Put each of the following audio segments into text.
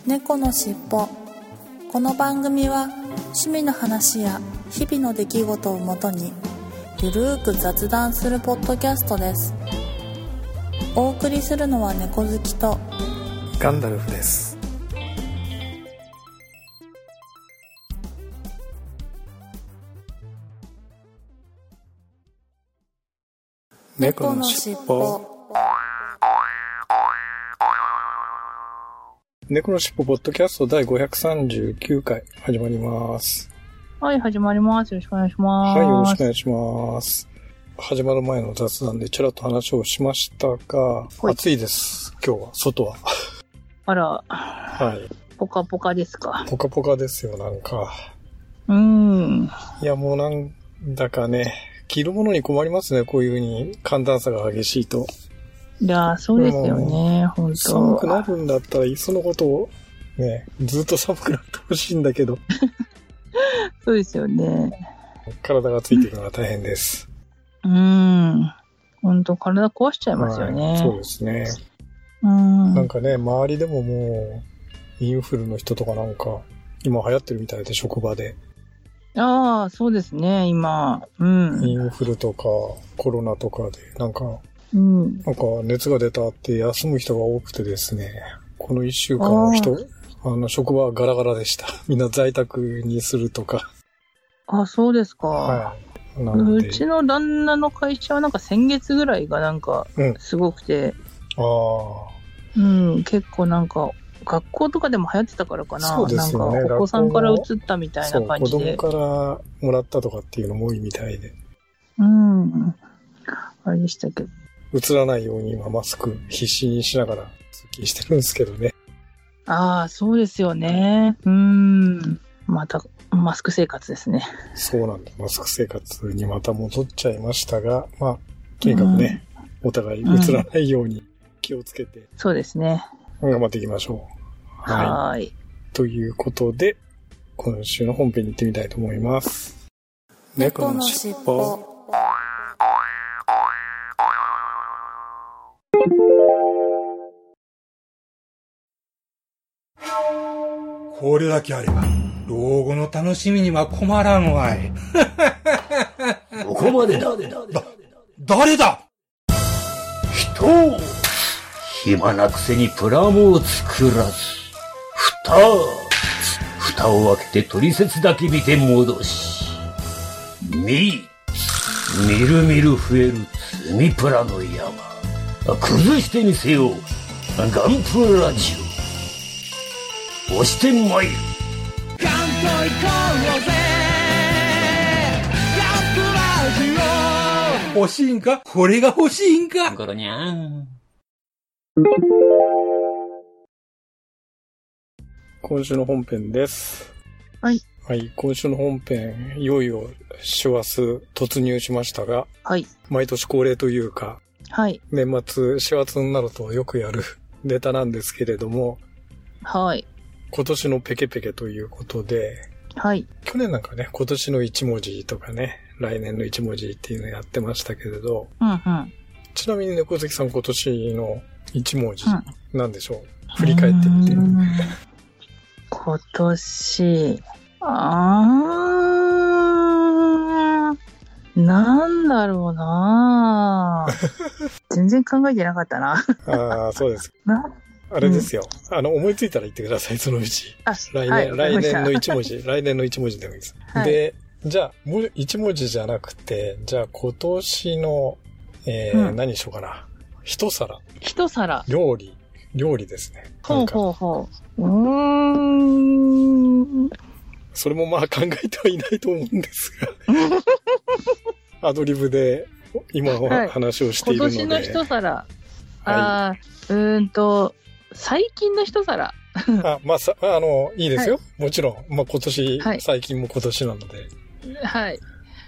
猫のしっぽ。この番組は趣味の話や日々の出来事をもとにゆるーく雑談するポッドキャストです。お送りするのは猫好きとガンダルフです。 猫のしっぽ。 猫のしっぽポッドキャスト第539回始まります。 はい、始まります。よろしくお願いします。 はい、よろしくお願いします。始まる前の雑談でちらっと話をしましたが、暑いです。今日は、外は。 あら。 はい。 ポカポカですか。 ポカポカですよ、なんか。いや、もうなんだかね、着るものに困りますね、こういう風に寒暖差が激しいと。 いや、そうですよね、本当。 寒くなるんだったらいっそのことをね、ずっと寒くなってほしいんだけど。 そうですよね。 体がついていくのが大変です。 本当体壊しちゃいますよね。 はい、そうですね。なんかね、周りでももうインフルの人とかなんか今流行ってるみたいで、職場で。 ああ、そうですね、今。インフルとかコロナとかでなんか熱が出たって休む人が多くてですね、この1週間の職場はガラガラでした。みんな在宅にするとか。 あ、そうですか。 はい。 うちの旦那の会社はなんか先月ぐらいがなんかすごくて、結構なんか学校とかでも流行ってたからかな。 そうですよね。 なんかお子さんから移ったみたいな感じで。 そう、子供からもらったとかっていうのも多いみたいで。 あれでしたけど。 映らないように今マスク必死にしながら通勤してるんですけどね。 ああ、そうですよね。またマスク生活ですね。 そうなんだ。マスク生活にまた戻っちゃいましたが、まあ、とにかくね、お互い映らないように気をつけて。 そうですね。 頑張っていきましょう。 はい。 ということで、今週の本編に行ってみたいと思います。 猫のしっぽ。 これだけあれば老後の楽しみには困らんわい。 ここまでだ。 誰だ？ 人暇なくせにプラモを作らず、蓋を開けて取説だけ見て戻し、みるみる増える積みプラの山、崩してみせようガンプラジオ、押してまいる。 ガンと行こうぜ、ガンプラジオ。 欲しいんか？これが欲しいんか？ ゴロニャン。 今週の本編です。 はい。 はい、今週の本編、いよいよ師走突入しましたが、 はい。 毎年恒例というか、 はい。 年末師走になるとよくやるネタなんですけれども、 はい。 今年のペケペケということで、 はい。 去年なんかね、今年の1文字とかね、来年の1文字っていうのやってましたけれど、ちなみに猫好きさん今年の1文字、なんでしょう？振り返ってみて。 今年、なんだろうな全然考えてなかったな。 ああ、そうです。あれですよ。思いついたら言ってください、そのうち。来年の1文字、来年の1文字でもいいです。はい、で、じゃあ、もう1文字じゃなくて、じゃあ今年の、何しようかな。一皿。料理ですね。 ほう。 それもまあ考えてはいないと思うんですが。アドリブで今は話をしているので。 今年の一皿。最近の一皿。 いいですよ。もちろん。まあ、今年、最近も今年なので。 はい。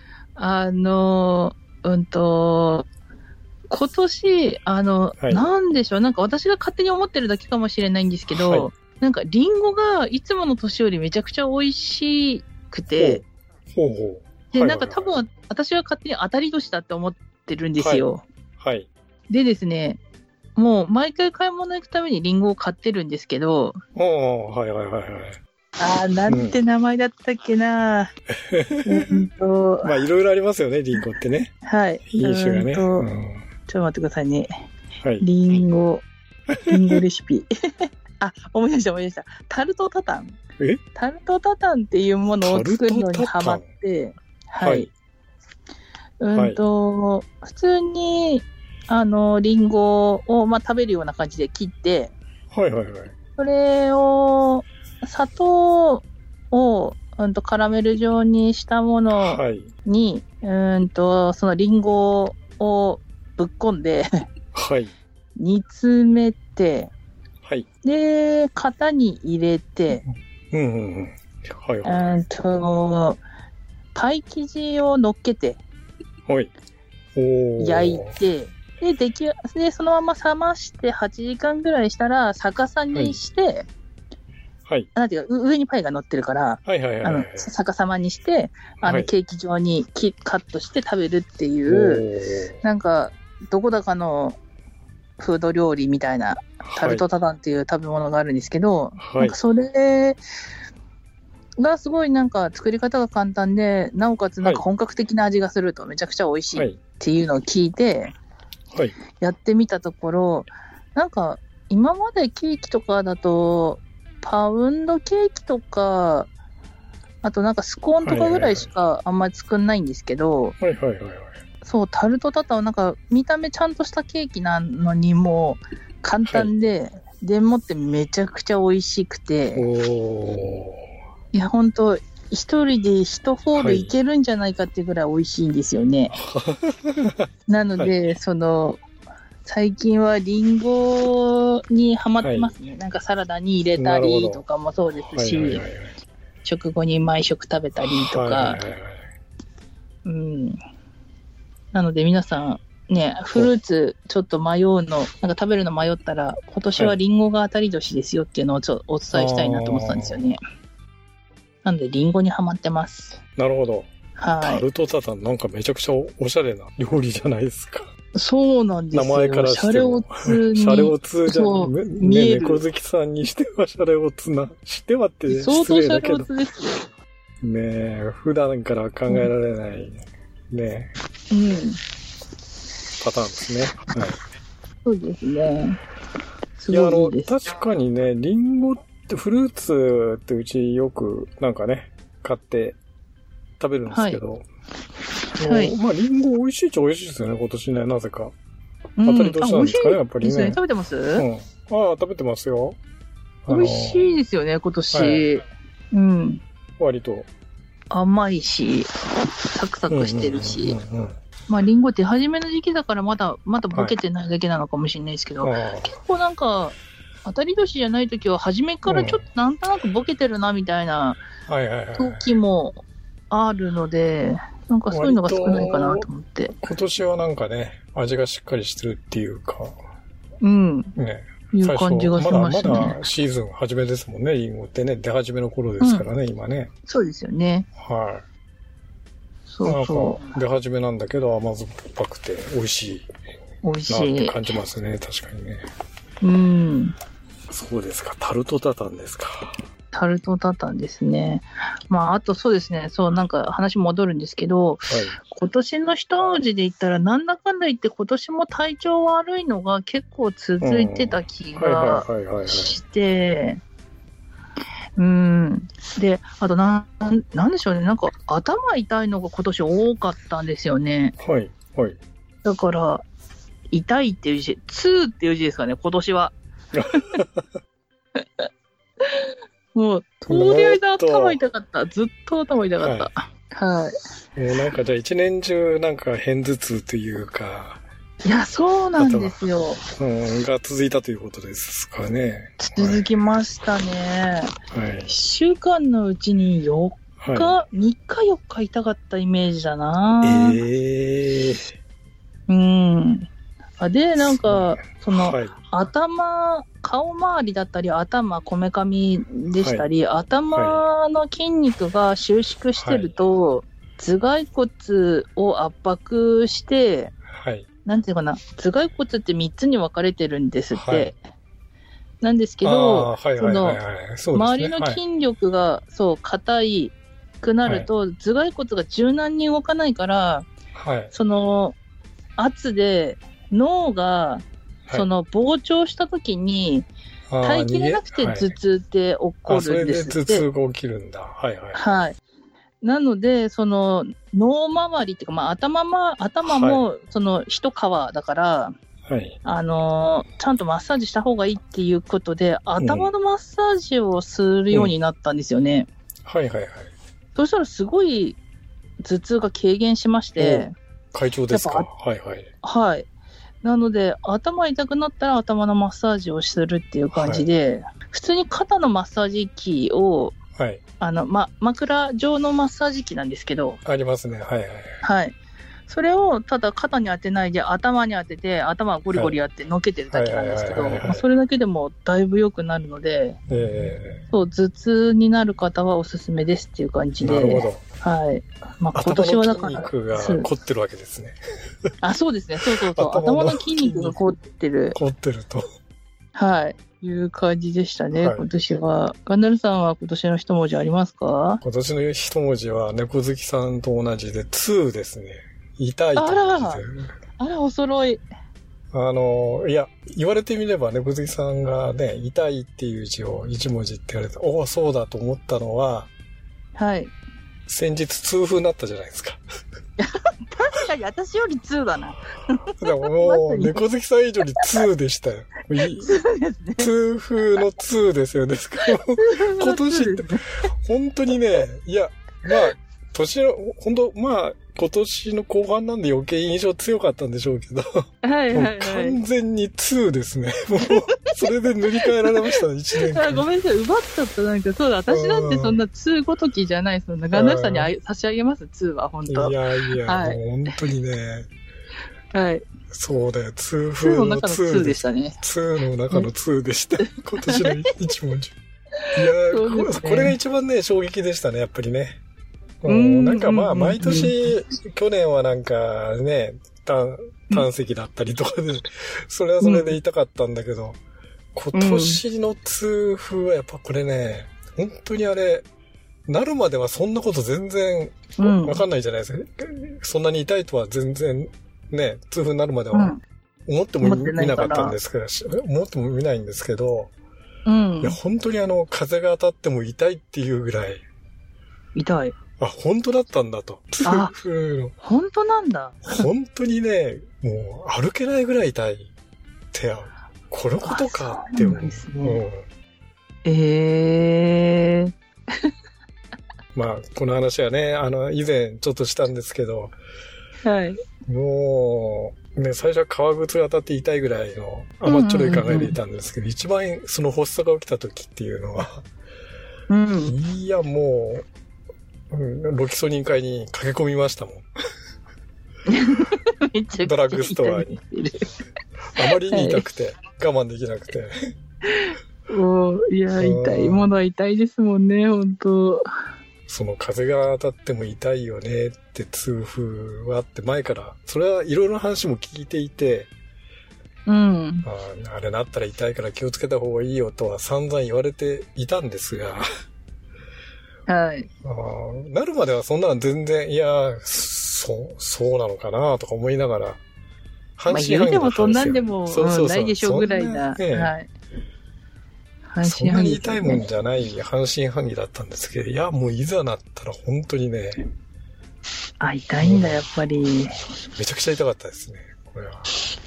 今年、なんでしょう、なんか私が勝手に思ってるだけかもしれないんですけど、なんかリンゴがいつもの年よりめちゃくちゃ美味しくて、で、なんか多分私は勝手に当たり年だって思ってるんですよ。 はい。 でですね、 もう毎回買い物行くためにリンゴを買ってるんですけど。 はいはいはいはい。 なんて名前だったっけな。 まあいろいろありますよね、リンゴってね。 はい。 品種がね。 ちょっと待ってくださいね。 はい。 リンゴレシピ。思い出した。タルトタタン。タルトタタンっていうものを作るのにハマって、はい。普通に、リンゴを、まあ、食べるような感じで切って、 はいはいはい。 それを、砂糖を、カラメル状にしたものに、そのリンゴをぶっ込んで、 はい。 煮詰めて、 はい。 で、型に入れて、 はいはい。 パイ生地を乗っけて、 はい。 焼いて、で、そのまま冷まして8時間ぐらいしたら逆さにして、 はい。 なんていうか、上にパイが乗ってるから、逆さまにして、ケーキ状にカットして食べるっていう、なんか、どこだかのフード料理みたいな、タルトタタンっていう食べ物があるんですけど、なんかそれがすごいなんか作り方が簡単で、なおかつなんか本格的な味がするとめちゃくちゃ美味しいっていうのを聞いて、やってみたところ、なんか今までケーキとかだと、パウンドケーキとか、あとなんかスコーンとかぐらいしかあんまり作んないんですけど、そう、タルトタタンはなんか見た目ちゃんとしたケーキなのにもう簡単で、でもってめちゃくちゃ美味しくて、いや、ほんと、一人で1ホールいけるんじゃないかっていうぐらい美味しいんですよね。なので、最近はリンゴにハマってますね。なんかサラダに入れたりとかもそうですし、食後に毎食食べたりとか。なので皆さん、ね、フルーツちょっと迷うの、なんか食べるの迷ったら、今年はリンゴが当たり年ですよっていうのをお伝えしたいなと思ってたんですよね。なので、リンゴにハマってます。 なるほど。タルトタタンなんかめちゃくちゃおしゃれな料理じゃないですか。 そうなんですよ。 名前からしても。 シャレオツに。 シャレオツじゃん。ね、猫好きさんにしてはシャレオツな。してはって失礼だけど。 相当シャレオツですよ。 ねえ、普段から考えられない、ね。パターンですね。はい。 そうですね。すごいです。 確かにね、リンゴってフルーツってうちよくなんかね、買って食べるんですけど。まあ、リンゴ美味しいっちゃ美味しいですよね、今年ね、なぜか。当たり年なんですかね、やっぱりね。 食べてます？ 食べてますよ。 美味しいですよね、今年。 割と。 甘いし、サクサクしてるし。まあ、リンゴって初めの時期だからまだボケてないだけなのかもしれないですけど、結構なんか、当たり年じゃない時は初めからちょっとなんとなくボケてるなみたいな時もあるので、なんかそういうのが少ないかなと思って。 今年はなんかね、味がしっかりしてるっていうか。 ね。いう感じがしましたね。 まだシーズン初めですもんね、リンゴってね。出始めの頃ですからね、今ね。 そうですよね。 はい。 そうそう。 出始めなんだけど甘酸っぱくて美味しい。 美味しい。 なって感じますね、確かにね。そうですか、タルトタタンですか。 タルトタタンですね。まあ、あとそうですね、なんか話戻るんですけど、今年の一文字で言ったら、なんだかんだ言って今年も体調悪いのが結構続いてた気がして、で、あとなんでしょうね、なんか頭痛いのが今年多かったんですよね。だから、痛いっていう字、痛っていう字ですかね、今年は。もう、とりあえず頭痛かった。ずっと頭痛かった。もうなんかじゃあ一年中なんか片頭痛というか。 いや、そうなんですよ。 が続いたということですかね。 続きましたね。1週間のうちに3日4日痛かったイメージだな。で、なんか、顔周りだったり、こめかみでしたり、頭の筋肉が収縮してると、頭蓋骨を圧迫して、 なんていうかな、頭蓋骨って3つに分かれてるんですって。はい、なんですけど、 周りの筋力が、そう、硬くなると、頭蓋骨が柔軟に動かないから、 はい、 その、圧で脳が、その、膨張した時に、耐えきれなくて頭痛って起こるんですって。 それで頭痛が起きるんだ。はいはい。 はい。なので、その、脳周りっていうか、まあ、頭も、その、一皮だから、 はい、 ちゃんとマッサージした方がいいっていうことで、頭のマッサージをするようになったんですよね。 はいはいはい。 そしたらすごい頭痛が軽減しまして。 快調ですか？はいはい。 はい。なので、頭痛くなったら頭のマッサージをするっていう感じで、普通に肩のマッサージ機を、 はい。 枕状のマッサージ機なんですけど。 ありますね。はいはい。 はい。それをただ肩に当てないで頭に当てて頭をゴリゴリやってのけてるだけなんですけど、それだけでもだいぶ良くなるので、そう頭痛になる方はおすすめですっていう感じで。 なるほど。 はい。まあ、今年はだから。 頭の筋肉が凝ってるわけですね。 そうですね。そうそうそう。頭の筋肉が凝ってる。 凝ってると。 はい。いう感じでしたね、今年は。ガンダルさんは今年の一文字ありますか？ 今年の一文字は猫好きさんと同じで2ですね。痛いと。 あら、お揃い。 いや、言われてみれば猫好きさんがね、痛いっていう字を一文字って言われて、おお、そうだと思ったのは、 はい。 先日痛風になったじゃないですか。 確かに私より2だな。 でももう、猫好きさん以上に2でしたよ。 2ですね。 痛風の2ですよ。ですから、今年って、本当にね、いや、まあ、本当、まあ、今年の後半なんで余計印象強かったんでしょうけど。 はいはいはい。 完全に2ですね。もう、それで塗り替えられましたね、1年間。 ごめんなさい、奪っちゃった。なんか、そうだ、私だってそんな2ごときじゃない。そんな、ガンダルさんに差し上げます、2は、本当。 いや、はい、もう本当にね。 はい。 そうだよ、痛風の2 でしたね。 2の中の2でした。今年の一文字。いや、これが一番ね、衝撃でしたね、やっぱりね。なんかまあ、毎年、去年はなんかね、胆石だったりとかで、それはそれで痛かったんだけど、今年の痛風はやっぱこれね、本当にあれ、なるまではそんなこと全然わかんないじゃないですか。そんなに痛いとは全然ね、痛風になるまでは思っても見なかったんですけど、思っても見ないんですけど、いや、本当に風が当たっても痛いっていうぐらい。 痛い。 本当だったんだと。 本当なんだ。 本当にね、もう歩けないぐらい痛いって、このことかって思う。ですね。まあ、この話はね、以前ちょっとしたんですけど、 はい。 もう、ね、最初は革靴が当たって痛いぐらいの甘っちょろい考えでいたんですけど、一番その発作が起きた時っていうのは、いや、もう、ロキソニン会に駆け込みましたもん。 めっちゃドラッグストアに。あまりに痛くて、我慢できなくて。 いや、痛いものは痛いですもんね、本当。 その風が当たっても痛いよねって痛風はあって前から、それはいろいろな話も聞いていて、あれなったら痛いから気をつけた方がいいよとは散々言われていたんですが、 はい。 なるまではそんなの全然、いや、そうなのかなとか思いながら、 半信半疑だったんですよ。まあ、言うてもそんなんでも、ないでしょうぐらいな。はい。 そんなに痛いもんじゃない半信半疑だったんですけど、いや、もういざなったら本当にね。 痛いんだ、やっぱり。 めちゃくちゃ痛かったですね、これは。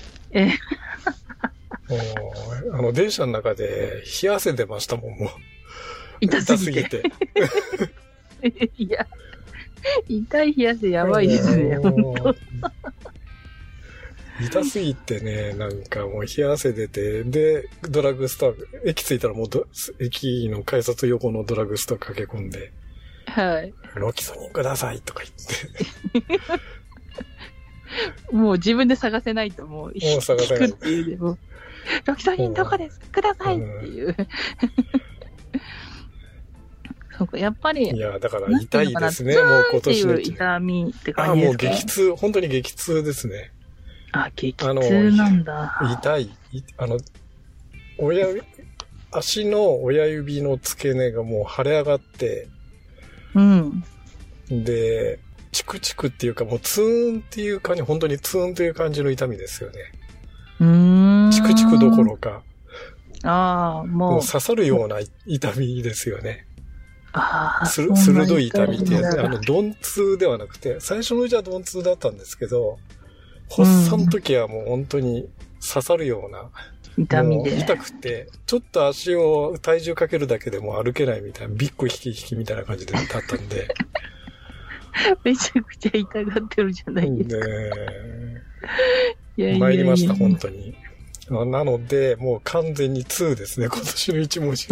電車の中で冷や汗出ましたもん、もう。 痛すぎて。いや、痛い冷や汗やばいですね、本当。 痛すぎてね、なんかもう冷や汗出て、で、ドラッグストア、駅着いたらもう駅の改札横のドラッグストア駆け込んで、 はい。 ロキソニンくださいとか言って。 もう自分で探せないともう探せない。 っていうでも、ロキソニンどこですくださいっていう。そうか、やっぱり。 いや、だから痛いですね、もう今年の。 痛みって感じですか？ もう激痛、本当に激痛ですね。 あ、激痛なんだ。 痛い。足の親指の付け根がもう腫れ上がって、 うん。 で、チクチクっていうかもうツーンっていう感じ、本当にツーンという感じの痛みですよね。チクチクどころか。 ああ、もう刺さるような痛みですよね。 ああ、 鋭い痛みってやつ。鈍痛ではなくて、最初のうちは鈍痛だったんですけど、発作の時はもう本当に刺さるような。 痛みで。 痛くて、ちょっと足を体重かけるだけでも歩けないみたいな、ビッコ引きみたいな感じでだったんで。 めちゃくちゃ痛がってるじゃないですか。 参りました、本当に。なので、もう完全に2ですね、今年の1文字。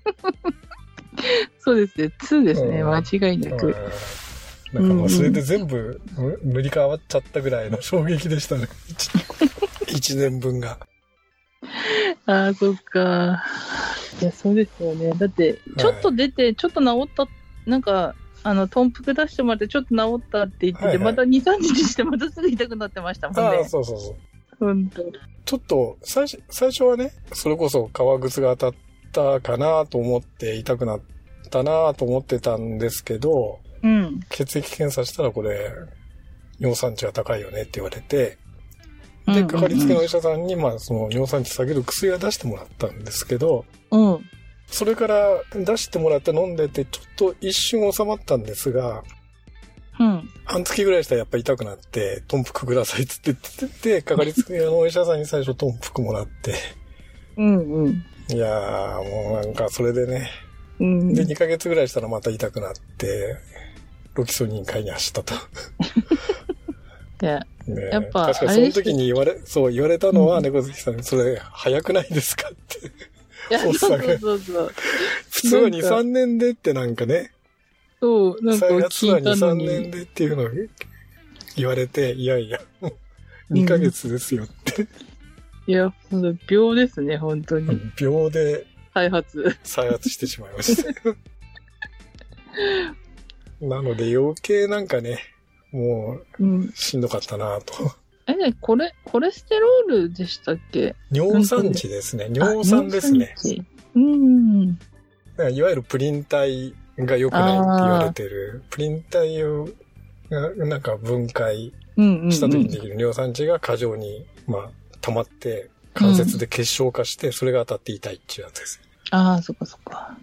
そうですね、2ですね、間違いなく。 なんかもうそれで全部塗り替わっちゃったぐらいの衝撃でしたね。1年分が。 ああ、そっか。いや、そうですよね。だって、ちょっと出て、ちょっと治った、なんか、豚腹出してもらって、ちょっと治ったって言ってて、また2、3日して、またすぐ痛くなってましたもんね。 ああ、そうそうそう。 本当。 ちょっと、最初はね、それこそ革靴が当たったかなと思って、痛くなったなと思ってたんですけど、 うん。 血液検査したらこれ、尿酸値が高いよねって言われて、で、かかりつけのお医者さんに、その尿酸値下げる薬は出してもらったんですけど、 うん。 それから出してもらって飲んでて、ちょっと一瞬収まったんですが、 うん。 半月ぐらいしたらやっぱり痛くなって、豚腹くださいって言って、かかりつけのお医者さんに最初豚腹もらって。 うんうん。 いやー、もうなんかそれでね。 うん。 で、2ヶ月ぐらいしたらまた痛くなって、ロキソニン買いに走ったと。 いや、 ね、 やっぱ、 確かにその時に言われたのは、猫好きさんに、それ、早くないですかって。 いや、そうそうそう。 普通は2、3年でってなんかね。 そう、なんか再発は2、3年でっていうのを言われて、いやいや、2ヶ月ですよって。 いや、秒ですね、本当に。 秒で。 再発してしまいました。なので余計なんかね、もう、しんどかったなと。 これステロールでしたっけ？ 尿酸値ですね。尿酸ですね。いわゆるプリン体が良くないって言われてる。プリン体をなんか分解した時にできる尿酸値が過剰に、溜まって、関節で結晶化して、それが当たって痛いっていうやつです。 ああ、そっかそっか。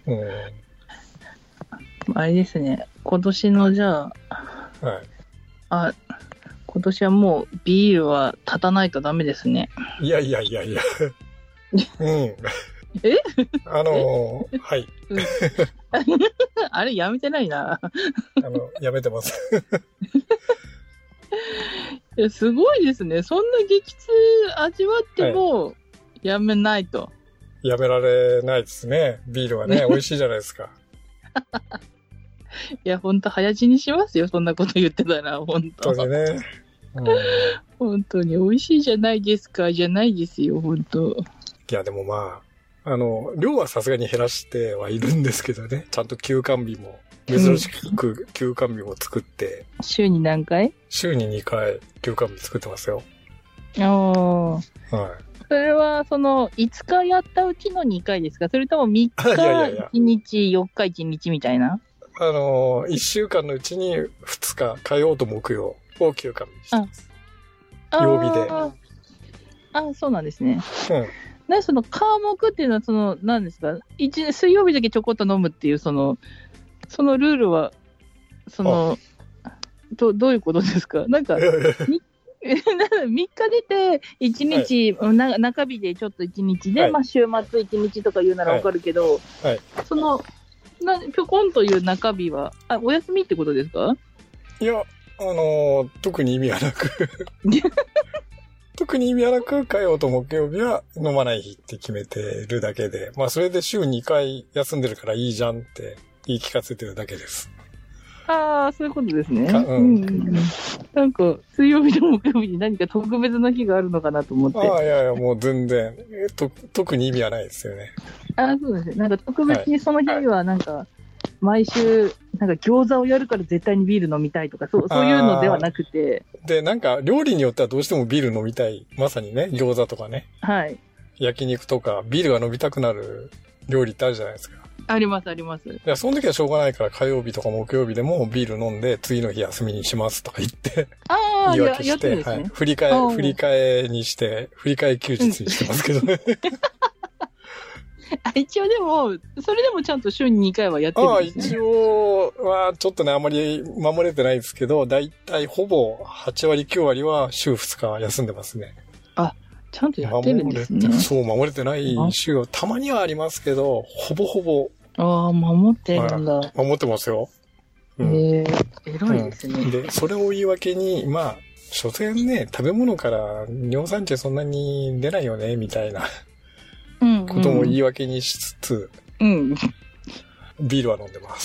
あれですね。今年のじゃあ、今年はもうビールは立たないとダメですね。 いや。うん。はい。 あれ、やめてないな。 やめてます。 いや、すごいですね。そんな激痛味わっても、やめないと。 やめられないですね。ビールはね、美味しいじゃないですか。 いや、ほんと、早死にしますよ。そんなこと言ってたら、ほんと。 本当にね。 本当に美味しいじゃないですか、じゃないですよ、本当。 いや、でも量はさすがに減らしてはいるんですけどね。ちゃんと休館日も、珍しく休館日も作って。 週に何回？ 週に2回休館日作ってますよ。 はい。それは、5日やったうちの2回ですか？それとも3日、1日、4日、1日みたいな ？1週間のうちに2日、火曜と木曜を休館日にしてます。曜日で。 そうなんですね。その、火木っていうのは、何ですか？水曜日だけちょこっと飲むっていう、そのルールは、どういうことですか？なんか、3日出て、1日、中日でちょっと1日で、週末1日とか言うならわかるけど、ぴょこんという中日は、お休みってことですか？ いや、特に意味はなく。特に意味はなく、火曜と木曜日は飲まない日って決めてるだけで、それで週2回休んでるからいいじゃんって言い聞かせてるだけです。 ああ、そういうことですね。なんか、水曜日と木曜日に何か特別な日があるのかなと思って。 いや、もう全然、特に意味はないですよね。 そうですね。なんか特別にその日はなんか、毎週なんか餃子をやるから絶対にビール飲みたいとか、そういうのではなくて。 で、なんか料理によってはどうしてもビール飲みたい。まさにね、餃子とかね。 はい。 焼肉とか、ビールが飲みたくなる料理ってあるじゃないですか。 あります、あります。 いや、その時はしょうがないから火曜日とか木曜日でもビール飲んで次の日休みにしますとか言って、言い訳して、はい。振り替えにして、振り替え休日にしてますけどね。 一応でも、それでもちゃんと週に2回はやってるんですね。 一応はちょっとね、あんまり守れてないですけど、だいたいほぼ8割9割は週2日休んでますね。 あ、ちゃんとやってるんですね。 そう、守れてない週はたまにはありますけど、ほぼほぼ。 ああ、守ってるんだ。 守ってますよ。 偉いですね、 で、それを言い訳に、まあ、所詮ね、食べ物から尿酸値そんなに出ないよね、みたいな。ことも言い訳にしつつ、ビールは飲んでます。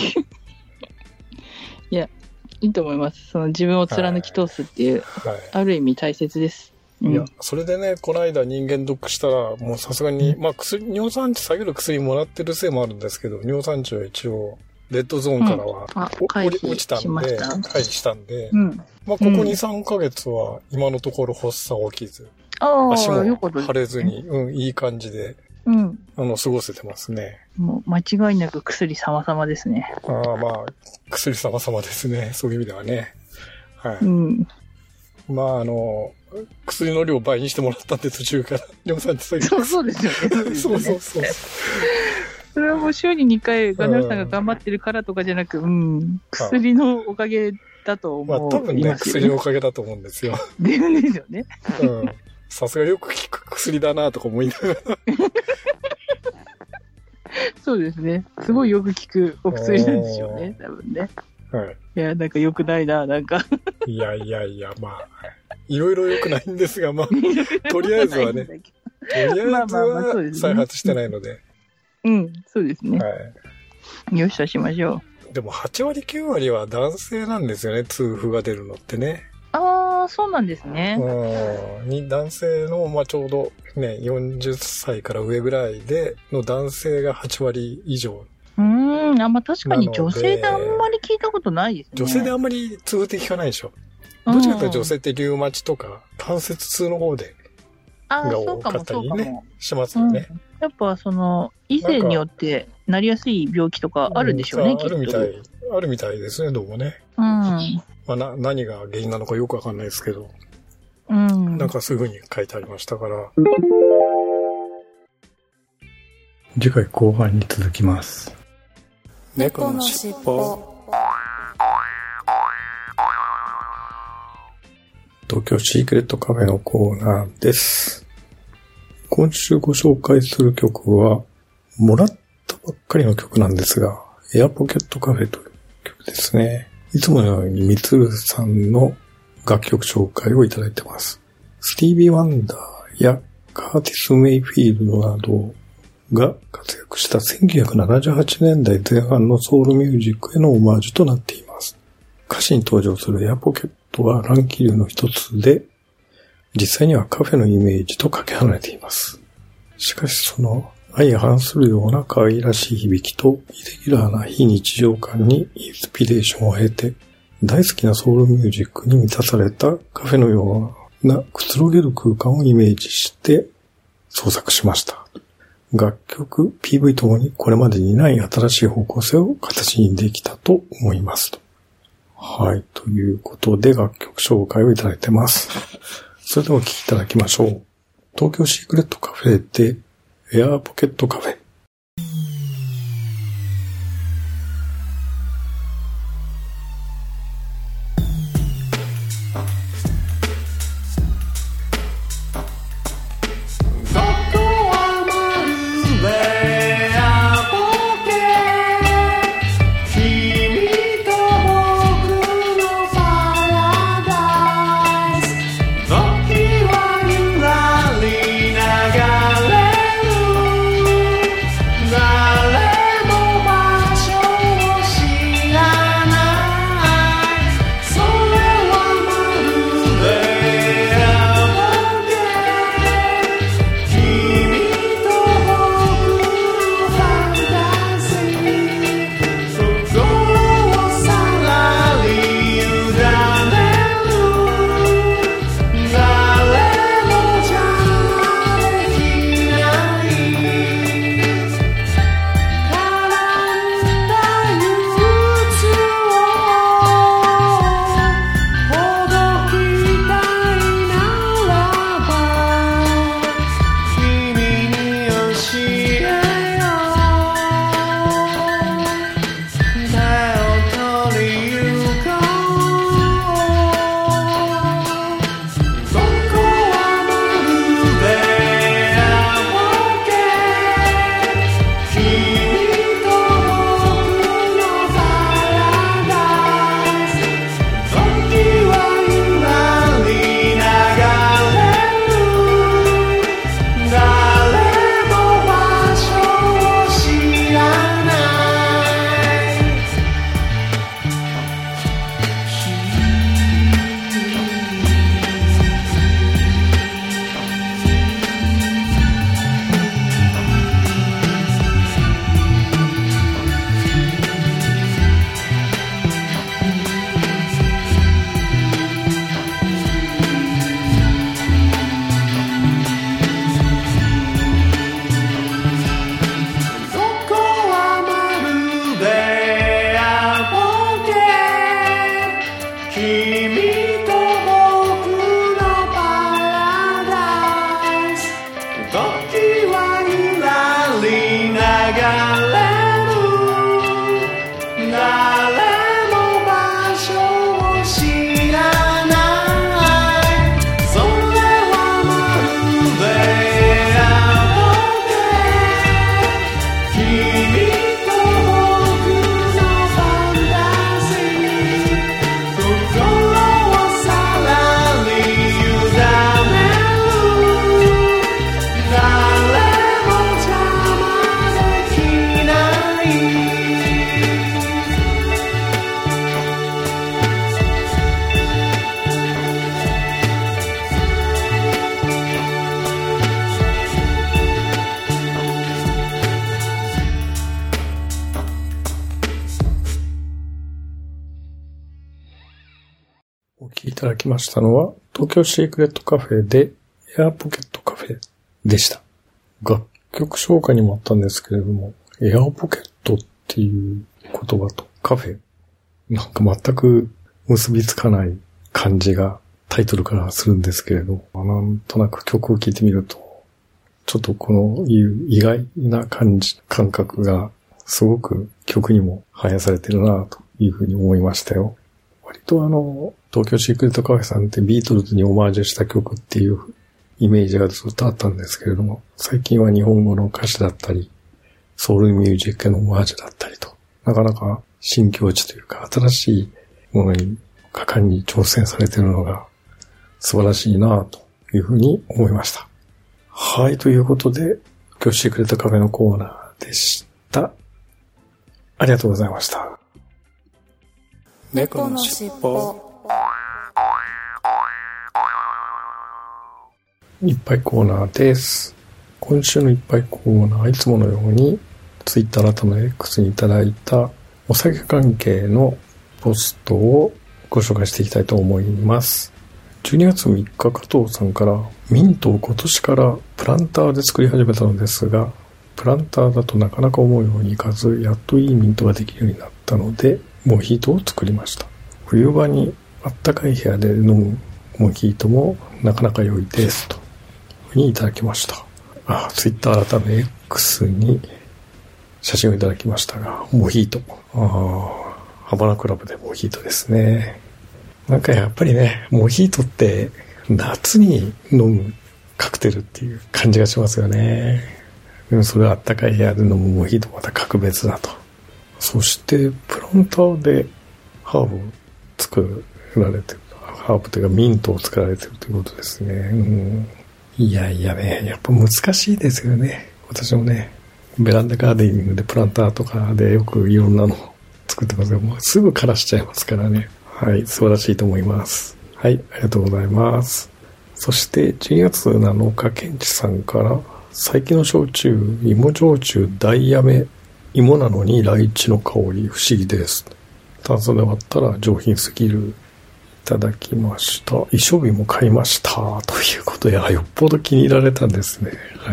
いや、いいと思います。その自分を貫き通すっていう、ある意味大切です。 いや、それでね、この間人間ドックしたら、もうさすがに、まあ尿酸値下げる薬もらってるせいもあるんですけど、尿酸値は一応、レッドゾーンからは、落ちたんで、回避したんで、まあここ2、3ヶ月は今のところ発作起きず、足も腫れずに、いい感じで、過ごせてますね。 もう間違いなく薬様々ですね。 まあ、薬様々ですね。そういう意味ではね。はい。まあ薬の量倍にしてもらったんで途中から尿酸値下げて。 そうですよね。 そう。 それはもう週に2回ガナルさんが頑張ってるからとかじゃなく、薬のおかげだと思う。 まあ多分ね、薬のおかげだと思うんですよ。 ですよね。 さすがよく効く薬だなとか思いながら。 そうですね。すごいよく効くお薬なんでしょうね、多分ね。 はい。 いや、なんか良くないな、なんか。 いや、まあ、いろいろ良くないんですが、まあ、とりあえずはね、再発してないので。 そうですね。よしとしましょう。でも8割9割は男性なんですよね、痛風が出るのってね。 ああ、そうなんですね。 男性の、まあ、ちょうどね、40歳から上ぐらいでの男性が8割以上。 まあ確かに女性であんまり聞いたことないですね。 女性であんまり痛風って聞かないでしょ。どっちかというと女性ってリウマチとか関節痛の方で、が多かったりね、しますよね。 やっぱ異性によってなりやすい病気とかあるんでしょうね、きっと。 あるみたいですね、どうもね。まあ何が原因なのかよくわかんないですけど。なんかそういう風に書いてありましたから。次回後半に続きます。猫のしっぽ。東京シークレットカフェのコーナーです。今週ご紹介する曲は、もらったばっかりの曲なんですが、エアポケットカフェという曲ですね。いつものようにみつるさんの楽曲紹介をいただいてます。スティービー・ワンダーやカーティス・メイフィールドなどが活躍した1978年代前半のソウルミュージックへのオマージュとなっています。歌詞に登場するエアポケットは乱気流の一つで、実際にはカフェのイメージとかけ離れています。しかしその相反するような可愛らしい響きとイレギュラーな非日常感にインスピレーションを経て、大好きなソウルミュージックに満たされたカフェのようなくつろげる空間をイメージして創作しました。楽曲、PV ともにこれまでにない新しい方向性を形にできたと思いますと。はい、ということで楽曲紹介をいただいてます。それではお聴きいただきましょう。東京シークレットカフェでエアポケットカフェ。 ただきましたのは、東京シークレットカフェでエアポケットカフェでした。楽曲紹介にもあったんですけれども、エアポケットっていう言葉とカフェ、なんか全く結びつかない感じがタイトルからするんですけれど、なんとなく曲を聴いてみると、ちょっとこの意外な感覚がすごく曲にも反映されてるなというふうに思いましたよ。割と東京シークレットカフェさんってビートルズにオマージュした曲っていうイメージがずっとあったんですけれども、最近は日本語の歌詞だったり、ソウルミュージックのオマージュだったりと、なかなか新境地というか新しいものに果敢に挑戦されているのが素晴らしいなというふうに思いました。はい、ということで、今日シークレットカフェのコーナーでした。ありがとうございました。 猫のしっぽ。 いっぱいコーナーです。今週のいっぱいコーナー、いつものようにツイッター改め X にいただいたお酒関係のポストをご紹介していきたいと思います。12月3日加藤さんからミントを今年からプランターで作り始めたのですが、プランターだとなかなか思うようにいかず、やっといいミントができるようになったのでモヒートを作りました。冬場にあったかい部屋で飲むモヒートもなかなか良いですとにいただきました。ツイッター改め X に写真をいただきましたが、モヒート。ハバナクラブでモヒートですね。なんかやっぱりね、モヒートって夏に飲むカクテルっていう感じがしますよね。でもそれはあったかい部屋で飲むモヒートまた格別だと。そしてプランターでハーブを作られてる。ハーブというかミントを作られてるということですね。いやね、やっぱ難しいですよね。私もね、ベランダガーデニングでプランターとかでよくいろんなの作ってますが、もうすぐ枯らしちゃいますからね。はい、素晴らしいと思います。はい、ありがとうございます。そして12月7日、ケンチさんから最近の焼酎、芋焼酎大やめ、芋なのにライチの香り不思議です。炭酸で割ったら上品すぎる。いただきました。衣装日も買いましたということで、よっぽど気に入られたんですね。はい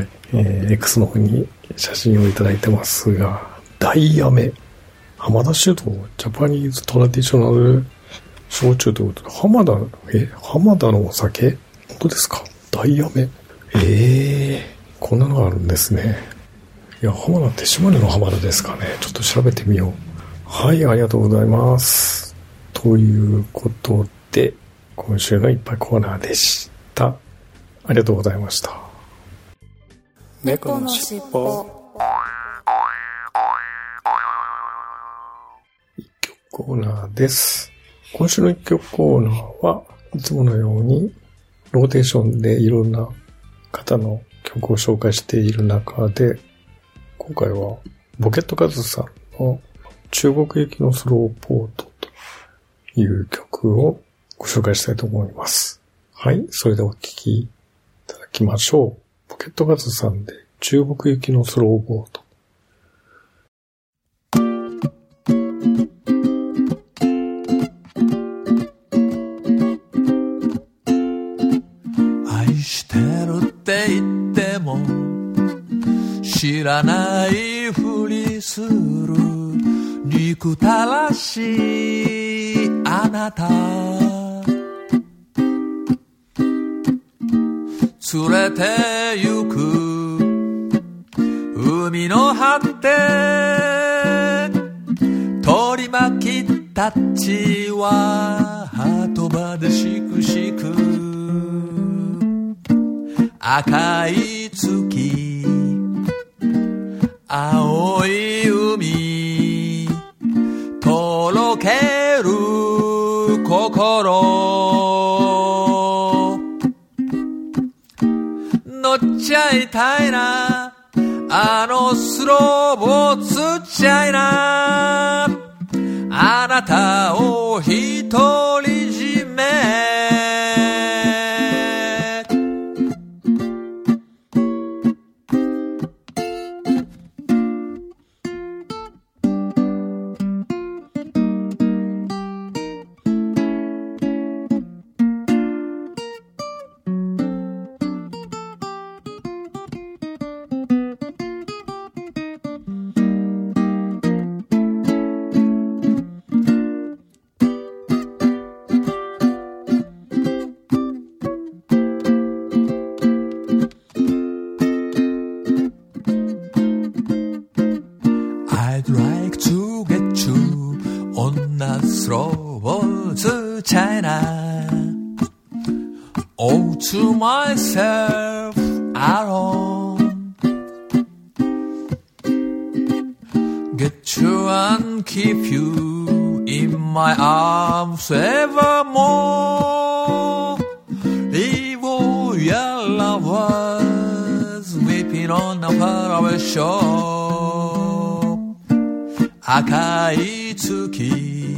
、X の方に写真をいただいてますが、大やめ、浜田酒造ジャパニーズトラディショナル焼酎ということで、浜田のお酒、本当ですか？大やめ、こんなのがあるんですね。いや、浜田って島根の浜田ですかね。ちょっと調べてみよう。はい、ありがとうございます。ということで、今週のいっぱいコーナーでした。ありがとうございました。 猫のしっぽ。 一曲コーナーです。今週の一曲コーナーはいつものようにローテーションでいろんな方の曲を紹介している中で、今回はボケットカズさんの中国行きのスローポートという曲をご紹介したいと思います。はい、それではお聴きいただきましょう。ボケットカズさんで中国行きのスローポート。 愛してるって言っても知らないふりする憎たらしいあなた、連れて行く海の果て、取り巻きたちは鳩場でしくしく赤い月、青い海、とろける心、乗っちゃいたいな、あのスローボー釣っちゃいな、あなたを独り占め、 I'd like to get you on a stroll to China, all to myself alone. Get you and keep you in my arms evermore. Leave all your lovers weeping on a faraway shore. 赤い月、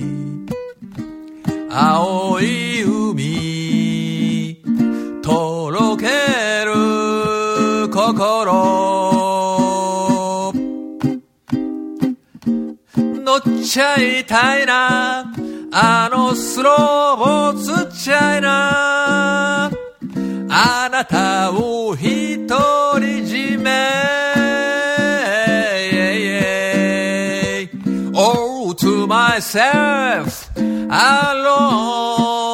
青い海、とろける心、乗っちゃいたいな、あのスローボーツチャイナ、あなたを独り占め、all to myself alone.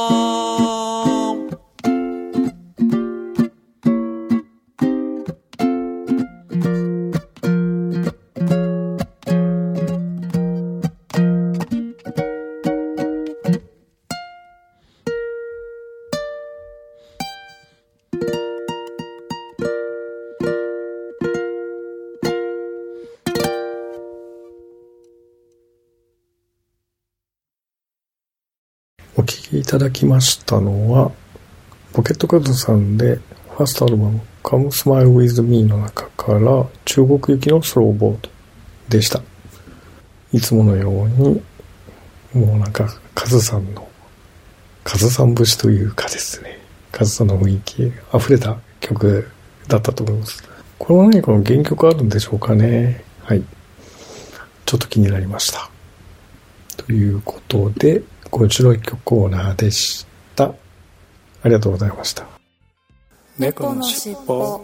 お聴きいただきましたのは、ポケットカズさんでファーストアルバム Come Smile With Me の中から中国行きのスローボートでした。いつものようにもうなんかカズさん節というかですね、カズさんの雰囲気溢れた曲だったと思います。これは何かの原曲あるんでしょうかね。はい、ちょっと気になりました。ということで今週の一曲コーナーでした。ありがとうございました。 猫のしっぽ。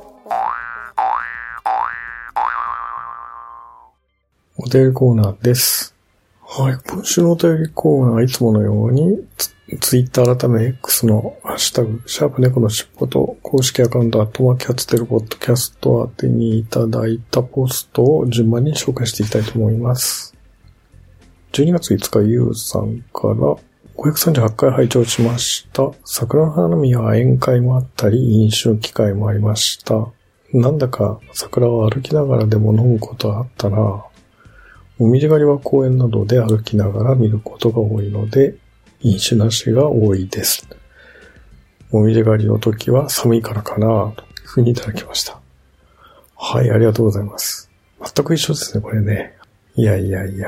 お便りコーナーです。はい、今週のお便りコーナーはいつものようにツイッター改め X のハッシュタグシャープ猫のしっぽと公式アカウントキャッツテルポッドキャスト宛てにいただいたポストを順番に紹介していきたいと思います。12月5日ゆうさんから538回拝聴しました。桜の花見は宴会もあったり飲酒機会もありました。なんだか桜を歩きながらでも飲むことはあったな。もみじ狩りは公園などで歩きながら見ることが多いので飲酒なしが多いです。もみじ狩りの時は寒いからかなというふうにいただきました。はい、ありがとうございます。全く一緒ですね、これね。いや。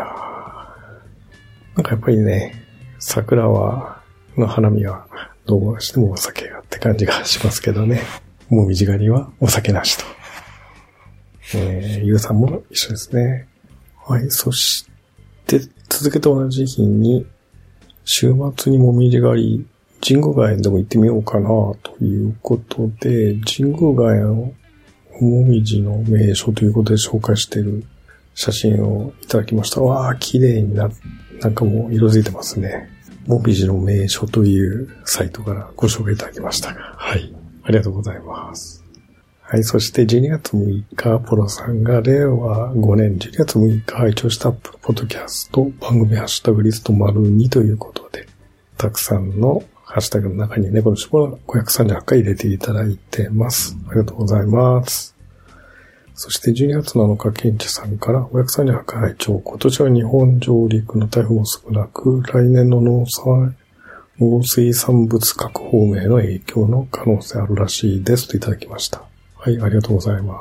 なんかやっぱりね、桜の花見はどうしてもお酒がって感じがしますけどね。もみじ狩りはお酒なしと。ゆうさんも一緒ですね。はい、そして続けて同じ日に週末にもみじ狩り神宮外苑でも行ってみようかなということで、神宮外苑をもみじの名所ということで紹介している写真をいただきました。わー、綺麗になんかもう色づいてますね。もみじの名所というサイトからご紹介いただきましたが、はい、ありがとうございます。はい、そして12月6日ポロさんが令和5年12月6日拝聴したポッドキャスト番組ハッシュタグリスト+2ということで、たくさんのハッシュタグの中に猫のしっぽが538回入れていただいてます。ありがとうございます。そして12月7日、ケンチさんから538回拝聴。今年は日本上陸の台風も少なく、来年の農水産物確保名の影響の可能性あるらしいですといただきました。はい、ありがとうございます。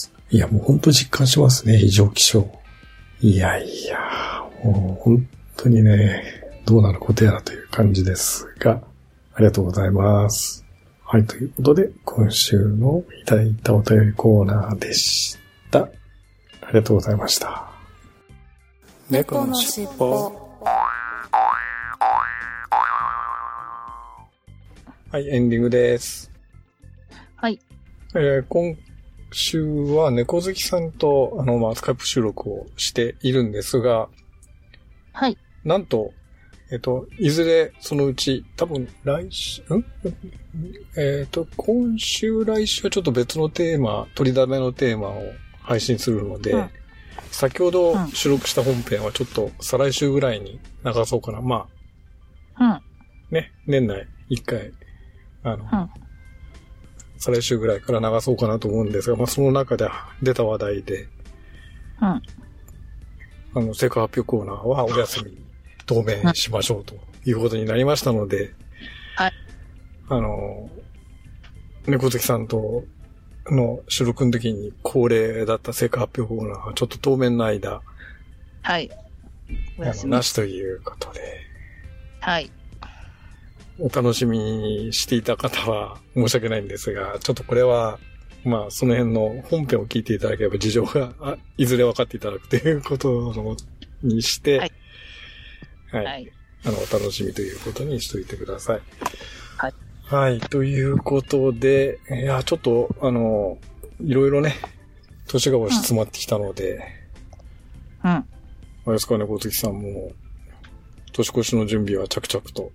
いや、もう本当実感しますね、異常気象。いや、もう本当にね、どうなることやらという感じですが、ありがとうございます。はい、ということで、今週のいただいたお便りコーナーでした。ありがとうございました。 猫のしっぽ。 はい、エンディングです。 はい。 今週は猫好きさんとスカイプ収録をしているんですが、 はい。 なんと、いずれそのうち多分今週来週はちょっと別のテーマ、取りだめのテーマを配信するので、 先ほど収録した本編はちょっと再来週ぐらいに流そうかな。まあ、 ね、年内1回、再来週ぐらいから流そうかなと思うんですが、まあその中で出た話題で、成果発表コーナーはお休み当面しましょうということになりましたので、 はい。 猫好きさんとの収録の時に恒例だった成果発表コーナーはちょっと当面の間、 はい。 なしということで、 はい。 お楽しみにしていた方は申し訳ないんですが、ちょっとこれは、まあその辺の本編を聞いていただければ事情がいずれ分かっていただくということにして、 はい。 はい。はい、お楽しみということにしといてください。 はい。 はい。ということで、いや、ちょっと、いろいろね、年が押し詰まってきたので、あれですかね、小月さんも、年越しの準備は着々と。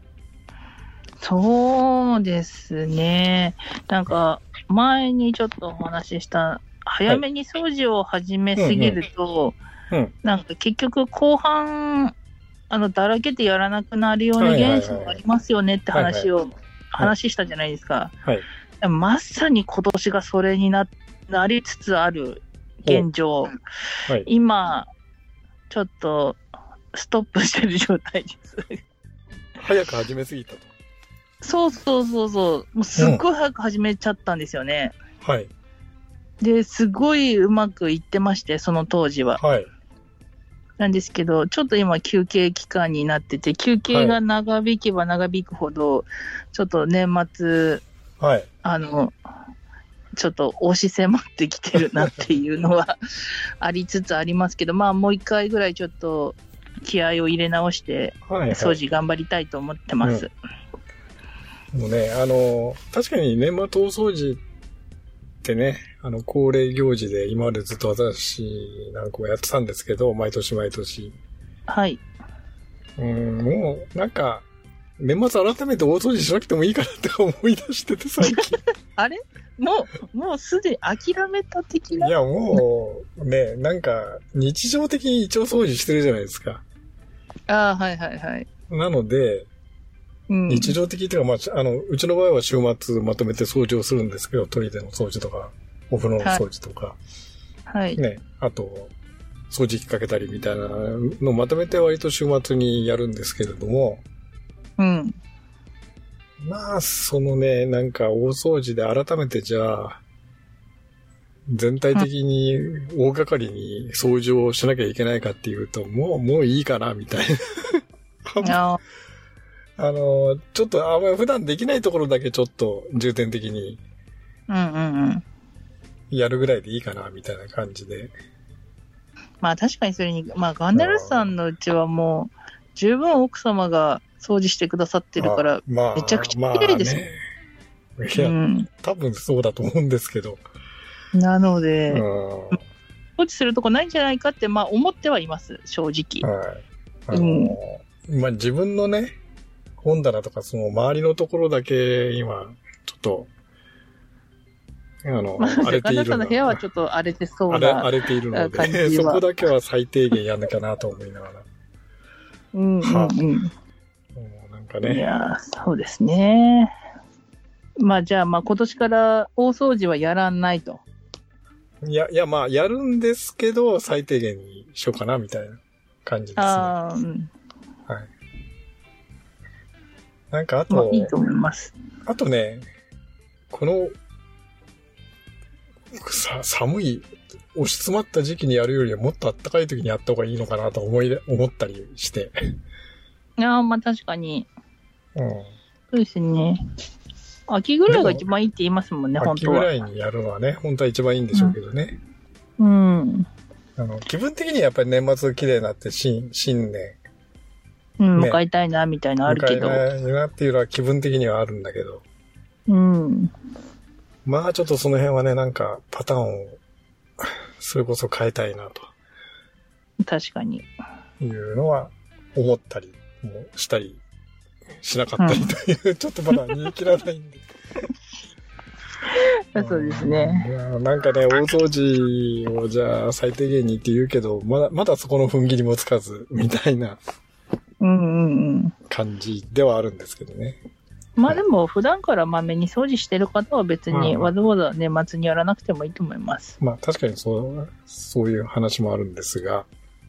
そうですね。なんか、前にちょっとお話しした、早めに掃除を始めすぎると、なんか結局後半、だらけてやらなくなるような現象がありますよねって話したじゃないですか。 はい。 まさに今年がそれになりつつある現状。はい、今、ちょっと、ストップしてる状態です。 早く始めすぎたと。 そう。もうすっごい早く始めちゃったんですよね。 はい。 で、すごいうまくいってまして、その当時は。 はい。 なんですけど、ちょっと今休憩期間になってて、休憩が長引けば長引くほど、ちょっと年末、 はい。 ちょっと押し迫ってきてるなっていうのはありつつありますけど、まあもう一回ぐらいちょっと気合を入れ直して、掃除頑張りたいと思ってます。 もうね、確かに年末大掃除ってね、恒例行事で今までずっと私なんかもやってたんですけど、毎年毎年。 はい。 もうなんか、年末改めて大掃除しなくてもいいかなって思い出してて最近。 あれもうすでに諦めた的な。 いやもう、ね、なんか日常的に一応掃除してるじゃないですか。 ああ、はいはいはい。 なので、日常的っていうか、まあ、うちの場合は週末まとめて掃除をするんですけど、トイレの掃除とか、お風呂の掃除とか、 はい。 ね、あと、掃除機かけたりみたいなのをまとめて割と週末にやるんですけれども、まあ、そのね、なんか大掃除で改めてじゃあ、全体的に大掛かりに掃除をしなきゃいけないかっていうと、もういいかな、みたいな。ちょっと普段できないところだけちょっと重点的にやるぐらいでいいかなみたいな感じで。 まあ確かにそれに、まあガンネルさんのうちはもう十分奥様が掃除してくださってるから、めちゃくちゃ綺麗ですよ。 いや、多分そうだと思うんですけど。 なので、掃除するとこないんじゃないかって、まあ思ってはいます、正直。 はい。まあ自分のね、本棚とかその周りのところだけ今、ちょっと、荒れている。 ガンナさんの部屋はちょっと荒れてそうな。 荒れているので、そこだけは最低限やんなきゃなと思いながら。なんかね。 いや、そうですね。まあじゃあ、まあ今年から大掃除はやらないと。 いや、まあやるんですけど、最低限にしようかなみたいな感じですね。はい。なんかあと、 いいと思います。 あとね、この、寒い、押し詰まった時期にやるよりはもっと暖かい時にやった方がいいのかなと思ったりして。 いやまあ確かに。そうですね。秋ぐらいが一番いいって言いますもんね、本当は。 秋ぐらいにやるのはね、本当は一番いいんでしょうけどね。気分的にはやっぱり年末綺麗になって新年。 迎えたいな、みたいなのあるけど。 迎えたいなっていうのは気分的にはあるんだけど。まあちょっとその辺はね、なんかパターンを、それこそ変えたいなと。 確かに。 いうのは思ったりもしたりしなかったりという、ちょっとまだ見切らないんで。 そうですね。 いやなんかね、大掃除をじゃあ最低限にって言うけど、まだそこの踏ん切りもつかず、みたいな感じではあるんですけどね。 まあでも、普段からまめに掃除してる方は別にわざわざ年末にやらなくてもいいと思います。 まあ確かにそういう話もあるんですが。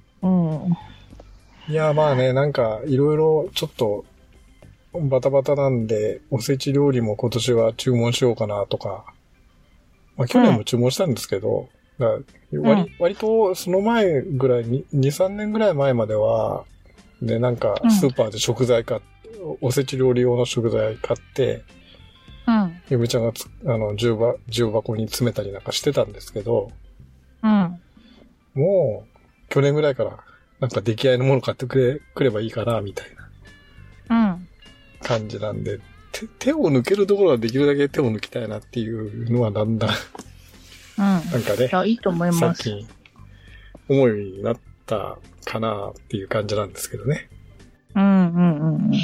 いやまあね、なんかいろいろちょっとバタバタなんで、おせち料理も今年は注文しようかなとか。まあ去年も注文したんですけど、割とその前ぐらいに、2、3年ぐらい前までは、で、なんかスーパーで食材おせち料理用の食材買って、嫁ちゃんが重箱に詰めたりなんかしてたんですけど、もう、去年ぐらいから、なんか出来合いのもの買ってくればいいかな、みたいな。感じなんで、手を抜けるところはできるだけ手を抜きたいなっていうのはだんだん、なんかね、 いいと思います。 最近、思うようになったかなっていう感じなんですけどね。はい。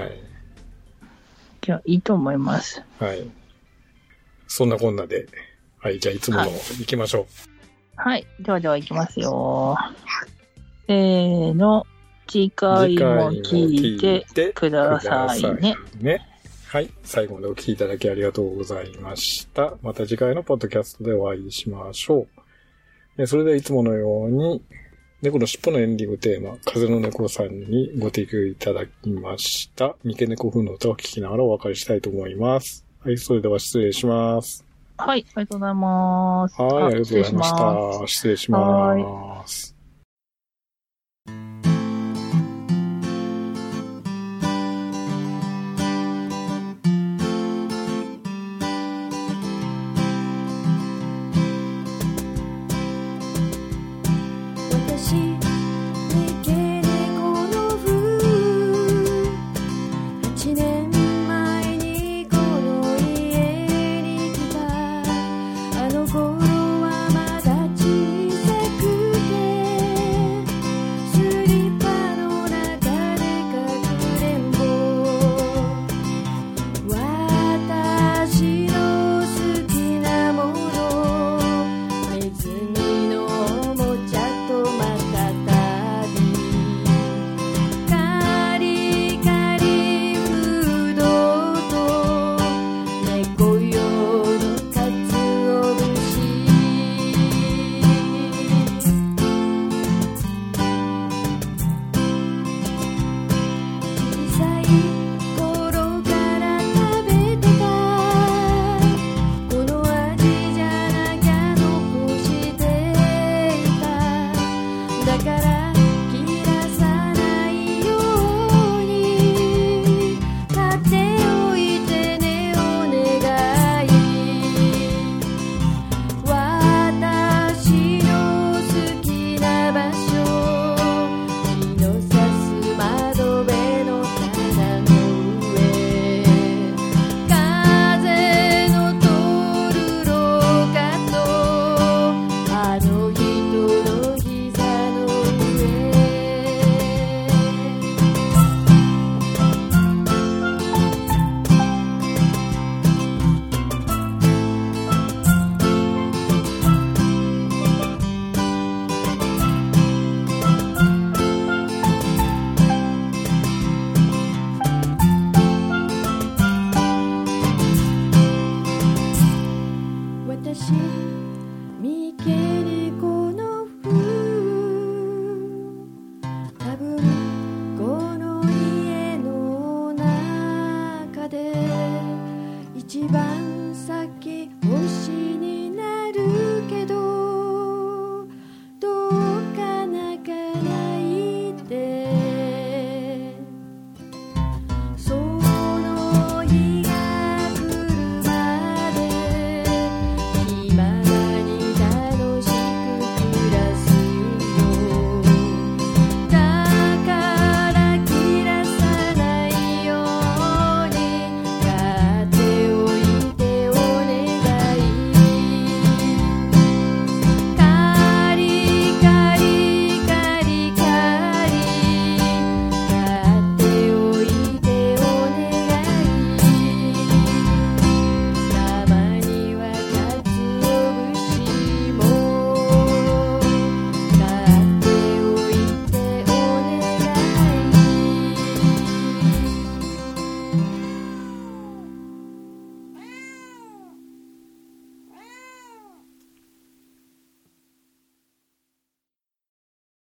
じゃあ、いいと思います。 はい。そんなこんなで、はい、じゃあいつもの行きましょう。 はい、では行きますよ。せーの。次回も聞いてくださいね。 はい。最後までお聞きいただきありがとうございました。また次回のポッドキャストでお会いしましょう。それではいつものように、猫のしっぽのエンディングテーマ、風の猫さんにご提供いただきました。三毛猫風の歌を聴きながらお別れしたいと思います。はい。それでは失礼します。 はい。ありがとうございます。 はい。ありがとうございました。失礼します。 だから